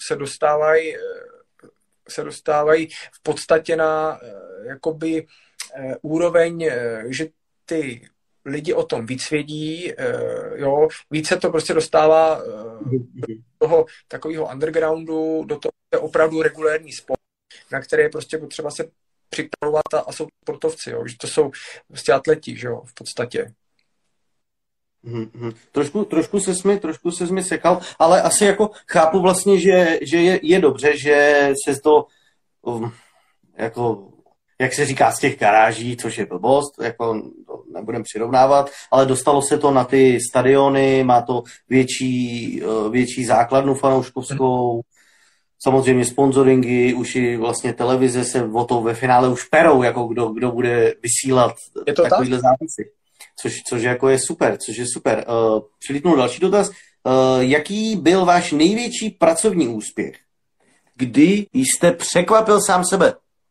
se dostávají v podstatě na jakoby úroveň, že ty lidi o tom víc vědí, jo, více to prostě dostává do toho takového undergroundu, do toho je opravdu regulérní sport, na které je prostě potřeba se připravovat a jsou sportovci, jo, že to jsou prostě atleti, že jo, v podstatě. Trošku se mi sekal, ale asi jako chápu vlastně, že je dobře, že se to jako, jak se říká, z těch garáží, což je blbost, jako to nebudem přirovnávat, ale dostalo se to na ty stadiony, má to větší základnu fanouškovskou, samozřejmě sponsoringy, už i vlastně televize se o to ve finále už perou, jako kdo bude vysílat takovýhle zápisy. Což jako je super, Přilítnul další dotaz. Jaký byl váš největší pracovní úspěch? Kdy jste překvapil sám sebe?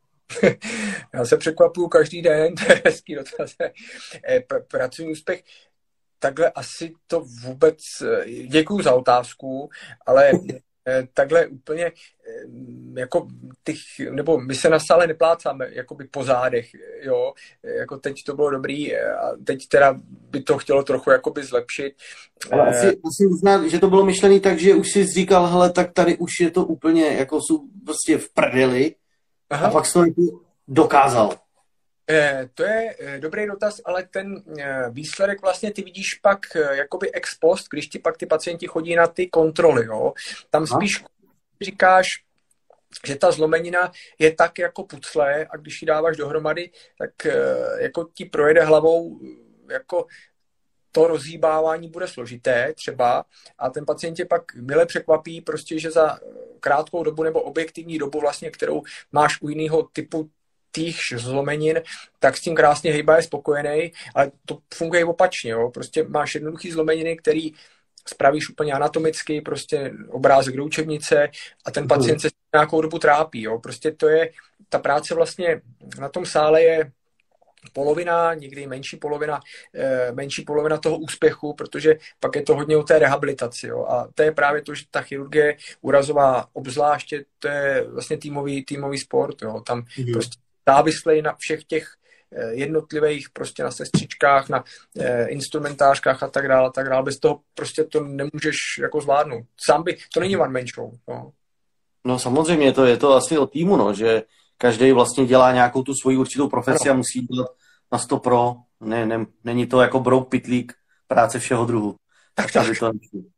Já se překvapuju každý den, to je hezký dotaz. Pracovní úspěch, takhle asi to vůbec, děkuju za otázku, ale takhle úplně jako nebo my se na sále neplácáme jakoby po zádech, jo, jako teď to bylo dobrý a teď teda by to chtělo trochu jakoby zlepšit. Ale asi uznat, že to bylo myšlený tak, že už jsi říkal, hele, tak tady už je to úplně, jako jsou prostě v prdeli. Aha. A pak jsi to dokázal. To je dobrý dotaz, ale ten výsledek vlastně ty vidíš pak jakoby ex post, když ti pak ty pacienti chodí na ty kontroly, jo. Tam spíš říkáš, že ta zlomenina je tak jako pucle a když ji dáváš dohromady, tak jako ti projede hlavou jako to rozhýbávání bude složité třeba a ten pacient tě pak mile překvapí prostě, že za krátkou dobu nebo objektivní dobu vlastně, kterou máš u jiného typu těch zlomenin, tak s tím krásně hejba je spokojený, ale to funguje opačně, jo. Prostě máš jednoduchý zlomeniny, který spravíš úplně anatomicky, prostě obrázek do učebnice a ten pacient se nějakou dobu trápí, jo. Prostě to je, ta práce vlastně na tom sále je polovina, někdy menší polovina toho úspěchu, protože pak je to hodně o té rehabilitaci. Jo. A to je právě to, že ta chirurgie úrazová obzvláště, to je vlastně týmový sport. Jo. Tam prostě závislej na všech těch jednotlivých prostě na sestřičkách, na instrumentářkách a tak dále. Bez toho prostě to nemůžeš jako zvládnout. To není one man show. Jo. No samozřejmě, je to asi o týmu, no, že každý vlastně dělá nějakou tu svoji určitou profesi a musí dělat na 100%. Není to jako brouk pytlík práce všeho druhu. Tak. To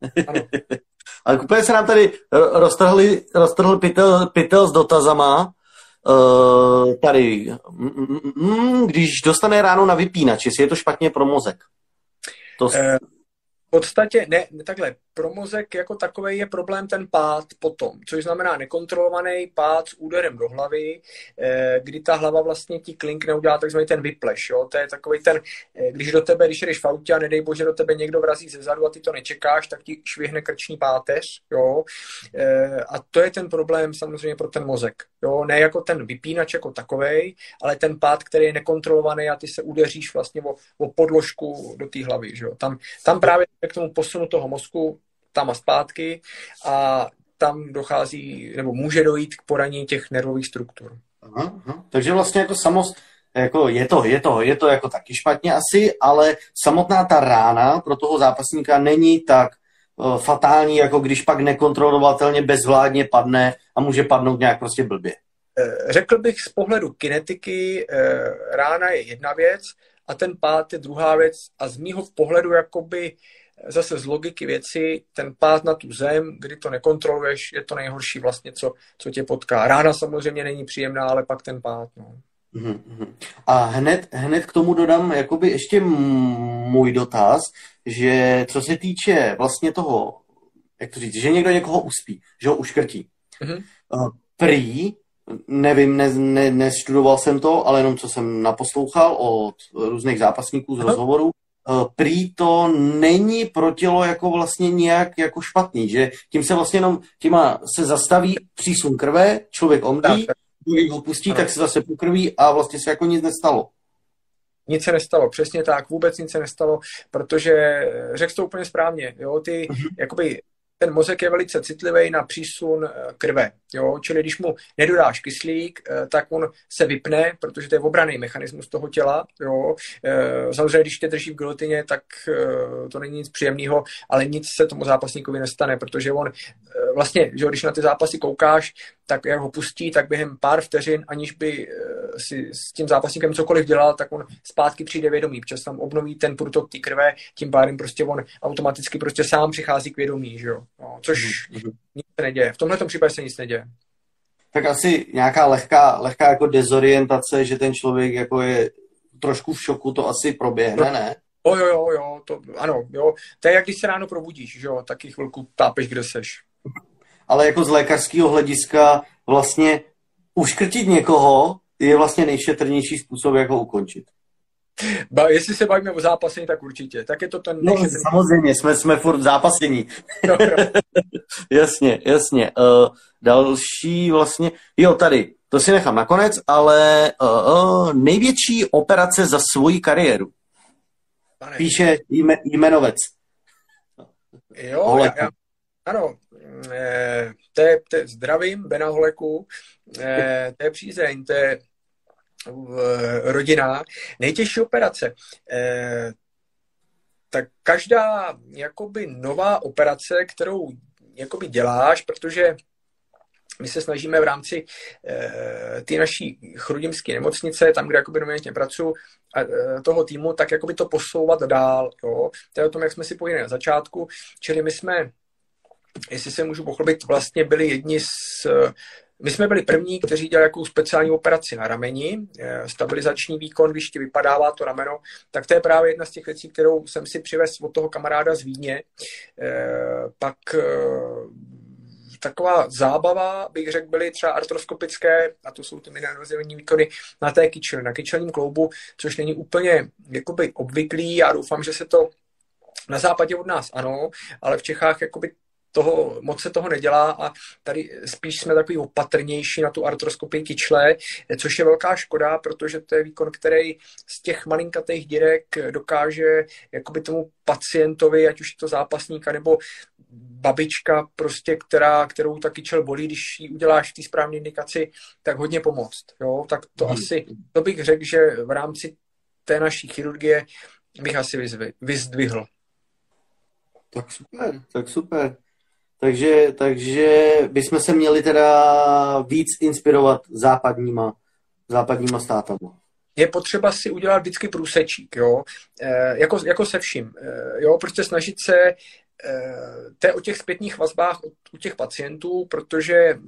ale úplně se nám tady roztrhl pytel s dotazama. Tady. Když dostane ráno na vypínač, jestli je to špatně pro mozek. V podstatě ne, takhle, pro mozek jako takovej je problém ten pád potom, což znamená nekontrolovaný pád s úderem do hlavy, kdy ta hlava vlastně ti klinkne, udělá takzvaný ten whiplash, jo, to je takovej ten, když jdeš v autě a nedej bože do tebe někdo vrazí zezadu a ty to nečekáš, tak ti švihne krční páteř, jo, a to je ten problém samozřejmě pro ten mozek, jo, ne jako ten vypínač jako takovej, ale ten pád, který je nekontrolovaný a ty se udeříš vlastně o podložku do té hlavy, že jo, tam právě k tomu posunu toho mozku tam a zpátky a tam dochází, nebo může dojít k poranění těch nervových struktur. Aha. Takže vlastně jako je to jako taky špatně asi, ale samotná ta rána pro toho zápasníka není tak fatální, jako když pak nekontrolovatelně bezvládně padne a může padnout nějak prostě blbě. Řekl bych z pohledu kinetiky, rána je jedna věc a ten pád je druhá věc a z mýho pohledu jakoby zase z logiky věci, ten pád na tu zem, kdy to nekontroluješ, je to nejhorší vlastně, co tě potká. Rána samozřejmě není příjemná, ale pak ten pád. No. A hned k tomu dodám jakoby ještě můj dotaz, že co se týče vlastně toho, jak to říct, že někdo někoho uspí, že ho uškrtí. Prý, nevím, nestudoval jsem to, ale jenom co jsem naposlouchal od různých zápasníků z rozhovorů, prý to není pro tělo jako vlastně nějak jako špatný, že tím se vlastně jenom těma se zastaví přísun krve, člověk omdlí, když ho pustí, tak se zase pokrví a vlastně se jako nic nestalo. Nic se nestalo, přesně tak, vůbec nic se nestalo, protože řekl to úplně správně, jo, ty jakoby ten mozek je velice citlivý na přísun krve. Jo? Čili když mu nedodáš kyslík, tak on se vypne, protože to je obranný mechanismus toho těla. Jo? Samozřejmě, když tě drží v gilotině, tak to není nic příjemného, ale nic se tomu zápasníkovi nestane, protože on vlastně, že když na ty zápasy koukáš, tak jak ho pustí, tak během pár vteřin, aniž by si s tím zápasníkem cokoliv dělal, tak on zpátky přijde vědomí, protože tam obnoví ten průtok té krve, tím pádem prostě on automaticky prostě sám přichází k vědomí, že jo. No, což nic se neděje. V tomhle případě se nic neděje. Tak asi nějaká lehká jako dezorientace, že ten člověk jako je trošku v šoku, to asi proběhne, ne? Jo, to ano, jo. To je jak když se ráno probudíš, že jo, taky chvilku tápeš, kde seš. Ale jako z lékařského hlediska vlastně uškrtit někoho je vlastně nejšetrnější způsob, jak ho ukončit. Jestli se bavíme o zápasení, tak určitě. Tak je to ten nejšetrnější. No samozřejmě, jsme furt v zápasení. No. Jasně. Další vlastně, jo tady, to si nechám nakonec, ale největší operace za svoji kariéru. Píše jmenovec. Jo, ano, zdravím, Bena Holeku, to je přízeň, to je rodina. Nejtěžší operace. Tak každá jakoby nová operace, kterou jakoby děláš, protože my se snažíme v rámci té naší chrudimské nemocnice, tam, kde jakoby dominantně pracuji, toho týmu, tak jakoby to posouvat dál. Jo? To je o tom, jak jsme si pověděli na začátku. Čili my jsme, jestli se můžu pochlubit, vlastně byli my jsme byli první, kteří dělali jakou speciální operaci na rameni, stabilizační výkon, když ti vypadává to rameno, tak to je právě jedna z těch věcí, kterou jsem si přivez od toho kamaráda z Vídně. Pak taková zábava, bych řekl, byly třeba artroskopické, a to jsou ty minimální výkony na té kyčeli, na kyčelním kloubu, což není úplně jakoby obvyklý. Já doufám, že se to na západě od nás ano, ale v Čechách jakoby moc se toho nedělá a tady spíš jsme takový opatrnější na tu artroskopii kyčle, což je velká škoda, protože to je výkon, který z těch malinkatých dírek dokáže jakoby tomu pacientovi, ať už je to zápasníka nebo babička, prostě, kterou ta kyčel bolí, když ji uděláš v té správné indikaci, tak hodně pomoct. Jo? Tak to bych řekl, že v rámci té naší chirurgie bych asi vyzdvihl. Tak super. Takže bychom se měli teda víc inspirovat západníma státama. Je potřeba si udělat vždycky průsečík, jo? Jako se vším. Jo? Prostě snažit se o těch zpětných vazbách u těch pacientů, protože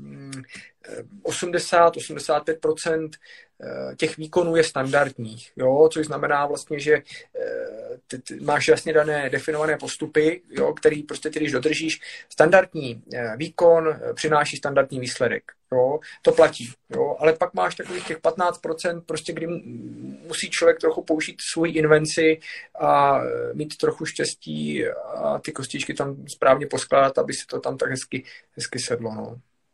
80-85% těch výkonů je standardních, jo? Což znamená vlastně, že ty máš jasně definované postupy, jo? Který prostě ty, když dodržíš standardní výkon, přináší standardní výsledek. Jo? To platí. Jo? Ale pak máš takových těch 15%, prostě, kdy musí člověk trochu použít svoji invenci a mít trochu štěstí a ty kostičky tam správně poskládat, aby se to tam tak hezky sedlo. No.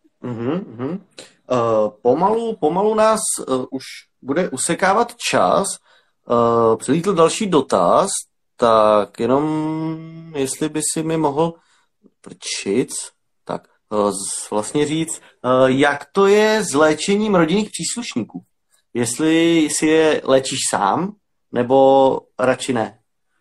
Pomalu nás už bude usekávat čas. Přilítl další dotaz, tak jenom jestli by si mi mohl vlastně říct, jak to je s léčením rodinných příslušníků. Jestli si je léčíš sám, nebo radši ne?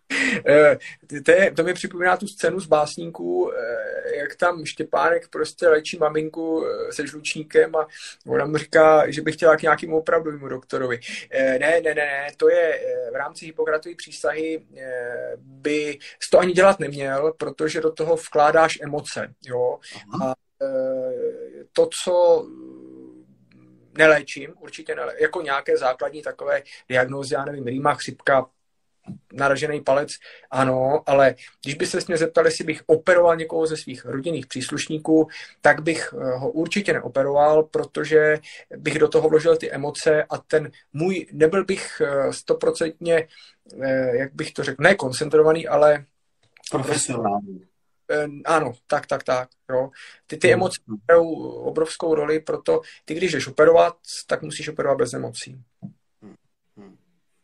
To mi připomíná tu scénu z Básníků, jak tam Štěpánek prostě léčí maminku se žlučníkem a ona mu říká, že by chtěla k nějakému opravdovému doktorovi. Ne, to je v rámci Hippokratovy přísahy by to ani dělat neměl, protože do toho vkládáš emoce. Jo? A to, co neléčím, určitě jako nějaké základní takové diagnózy, já nevím, rýma, chřipka, naražený palec, ano, ale když by se mě zeptali, jestli bych operoval někoho ze svých rodinných příslušníků, tak bych ho určitě neoperoval, protože bych do toho vložil ty emoce a nebyl bych 100%, jak bych to řekl, ne koncentrovaný, ale profesionální. Ano, tak. Jo. Ty emoce hrajou obrovskou roli, proto ty, když jdeš operovat, tak musíš operovat bez emocí.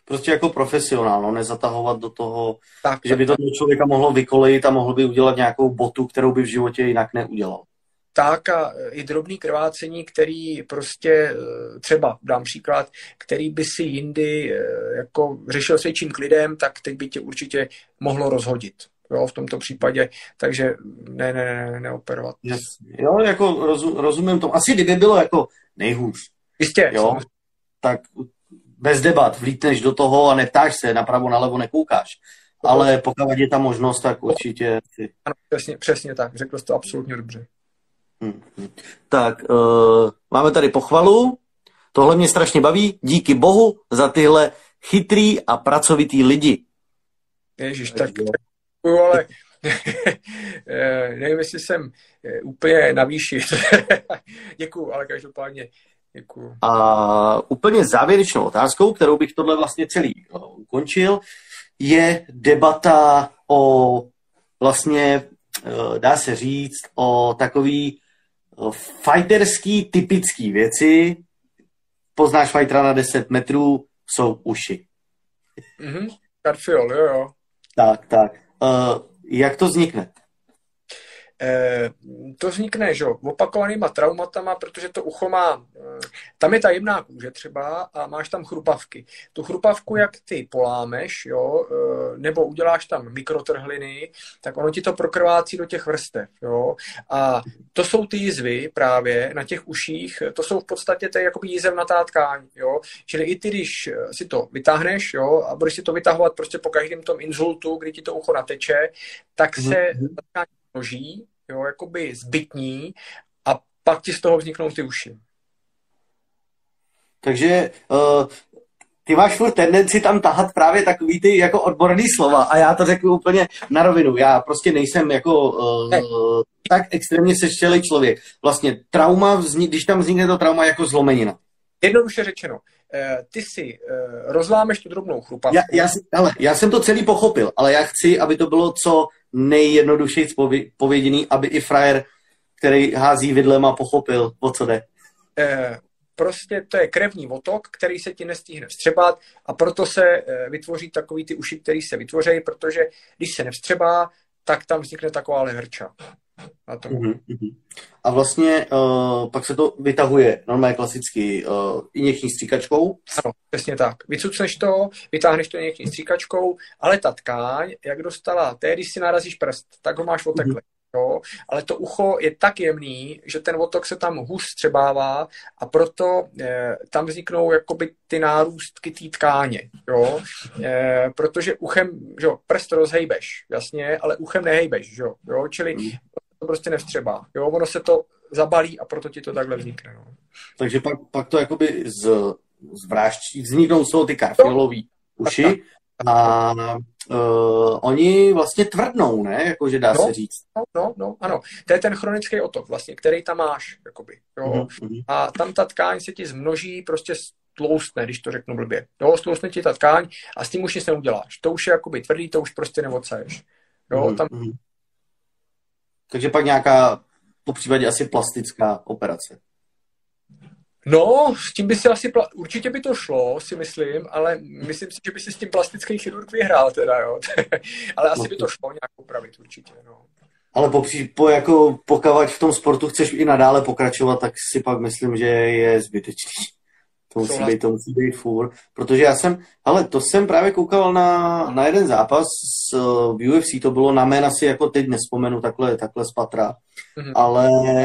Prostě jako profesionál, no, nezatahovat do toho, Tak, že by to člověka mohlo vykolejit a mohl by udělat nějakou botu, kterou by v životě jinak neudělal. Tak a i drobný krvácení, který prostě třeba, dám příklad, který by si jindy jako řešil s větším klidem, tak teď by tě určitě mohlo rozhodit. Jo, v tomto případě, takže neoperovat. Jasně. Jo, jako rozumím tomu. Asi kdyby bylo jako nejhůř. Jistě. Jo, tak bez debat vlítneš do toho a neptáš se, napravo, nalevo nekoukáš. Ale pokud je ta možnost, tak určitě... Ano, přesně tak. Řekl jsi to absolutně dobře. Tak, máme tady pochvalu. Tohle mě strašně baví. Díky bohu za tyhle chytrý a pracovitý lidi. Ježiš, tak ale nevím, jestli jsem úplně na výši. Děkuju, ale každopádně děkuju. A úplně závěrečnou otázkou, kterou bych tohle vlastně celý ukončil, je debata o vlastně, dá se říct, o takový fighterský typický věci. Poznáš fightera na 10 metrů, jsou uši. Karfiol, jo. Tak. Jak to vznikne? To vznikne, že opakovanýma traumatama, protože to ucho má, tam je ta jemná kůže třeba a máš tam chrupavky. Tu chrupavku, jak ty polámeš, jo, nebo uděláš tam mikrotrhliny, tak ono ti to prokrvácí do těch vrstev, jo. A to jsou ty jizvy právě na těch uších, to jsou v podstatě to jakoby jízevnatá tkáň, jo. Čili i ty, když si to vytáhneš, jo, a budeš si to vytahovat prostě po každém tom inzultu, kdy ti to ucho nateče, tak se ta tkáň množí, jo, jakoby zbytní a pak ti z toho vzniknou ty uši. Takže ty máš furt tendenci tam tahat právě takový ty jako odborný slova a já to řeknu úplně na rovinu. Já prostě nejsem jako tak extrémně seštělý člověk. Vlastně trauma, když tam vznikne to trauma jako zlomenina. Jednoduše řečeno, ty si rozlámeš tu drobnou chrupavku. Já jsem to celý pochopil, ale já chci, aby to bylo co nejjednodušeji pověděný, aby i frajer, který hází vidlema, pochopil, o co jde. Prostě to je krevní otok, který se ti nestihne vstřebat a proto se vytvoří takový ty uši, který se vytvoří, protože když se nevstřebá, tak tam vznikne taková lehrča. A vlastně pak se to vytahuje normálně klasicky injekční stříkačkou. Ano, přesně tak. Vycucneš to, vytáhneš to injekční stříkačkou, ale ta tkáň, jak dostala, když si narazíš prst, tak ho máš oteklý. Jo? Ale to ucho je tak jemný, že ten otok se tam hůř střebává a proto tam vzniknou jakoby ty nárůstky té tkáně. Jo? Protože uchem, že jo, prst rozhejbeš, jasně, ale uchem nehejbeš, že jo? Čili to prostě nevstřebá. Jo? Ono se to zabalí a proto ti to takhle vznikne. No. Takže pak to jakoby vzniknou z toho ty karfiolový uši a oni vlastně tvrdnou, ne? Jakože dá se říct. No, ano. To je ten chronický otok vlastně, který tam máš, jakoby. Jo? A tam ta tkáň se ti zmnoží, prostě tloustne, když to řeknu blbě. Jo, stloustne ti ta tkáň a s tím už nic neuděláš. To už je jakoby tvrdý, to už prostě neodsaješ. Jo, tam... Takže pak nějaká popřípadě asi plastická operace. No, s tím by si asi, určitě by to šlo, si myslím, ale myslím si, že by si s tím plastický chirurg vyhrál teda, jo. Ale asi by to šlo nějak upravit určitě, no. Ale pokud v tom sportu chceš i nadále pokračovat, tak si pak myslím, že je zbytečný. To musí být furt. Protože to jsem právě koukal na jeden zápas v UFC, to bylo na jména si jako teď nespomenu takhle z patra, ale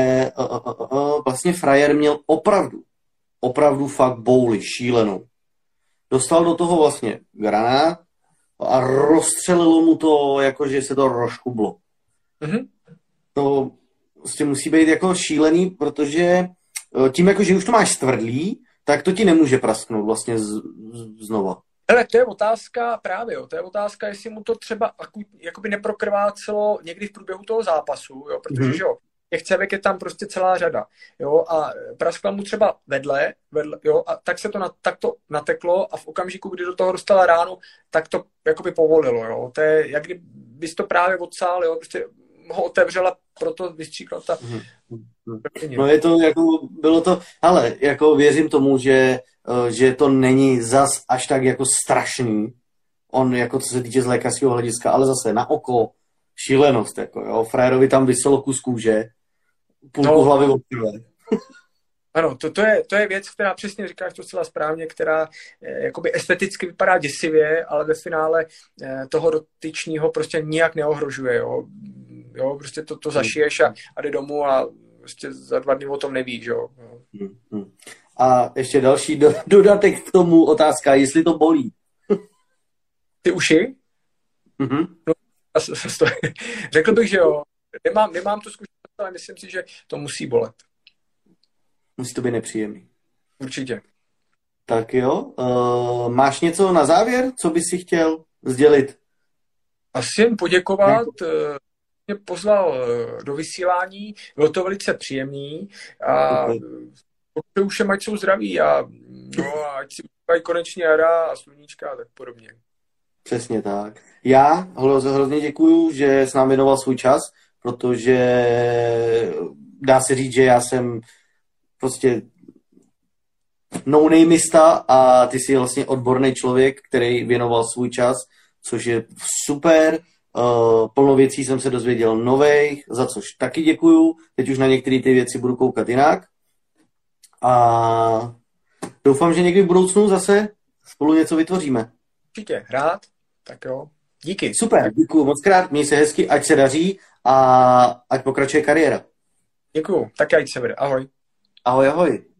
vlastně frajer měl opravdu fakt bouli, šílenou. Dostal do toho vlastně granát a rozstřelilo mu to, jakože se to rozkublo. To prostě musí být jako šílený, protože tím, jakože už to máš stvrdlý, tak to ti nemůže prasknout vlastně znova. Ale to je otázka právě, to je otázka, jestli mu to třeba jakoby neprokrvácelo někdy v průběhu toho zápasu, jo, protože jo, těch cévek je tam prostě celá řada, jo, a praskla mu třeba vedle, jo, a tak se to tak to nateklo a v okamžiku, kdy do toho dostala ránu, tak to jakoby povolilo, jo, to je, jak kdybys to právě odsál, jo, prostě ho otevřela, proto vystříkla ta... No je to, jako, bylo to, ale jako věřím tomu, že že to není zas až tak jako strašný, on jako co se týče z lékařského hlediska, ale zase na oko šílenost, jako jo, frajerovi tam vyselo kus kůže, půlku hlavy odkryve. Ano, to je věc, která přesně říkáš to zcela správně, která jakoby esteticky vypadá děsivě, ale ve finále toho dotyčního prostě nijak neohrožuje, jo, prostě to zašiješ a jde domů a prostě za 2 dny o tom nevíš, jo. A ještě další dodatek k tomu otázka, jestli to bolí. Ty uši? Mm-hmm. No, řekl bych, že jo. Nemám tu zkušenost, ale myslím si, že to musí bolet. Musí to být nepříjemný. Určitě. Tak jo. Máš něco na závěr, co bys si chtěl sdělit? Asi jen poděkovat. Mě pozval do vysílání. Bylo to velice příjemný. A už všem, ať jsou zdraví a ať si užívají konečně jara a sluníčka a tak podobně. Přesně tak. Já hrozně děkuju, že jsi nám věnoval svůj čas, protože dá se říct, že já jsem prostě no-nameista a ty jsi vlastně odborný člověk, který věnoval svůj čas, což je super. Plno věcí jsem se dozvěděl nových, za což taky děkuju. Teď už na některé ty věci budu koukat jinak. A doufám, že někdy v budoucnu zase spolu něco vytvoříme. Určitě, rád. Tak jo. Díky. Super, děkuju moc krát, měj se hezky, ať se daří a ať pokračuje kariéra. Děkuju, tak ať se vede. Ahoj. Ahoj, ahoj.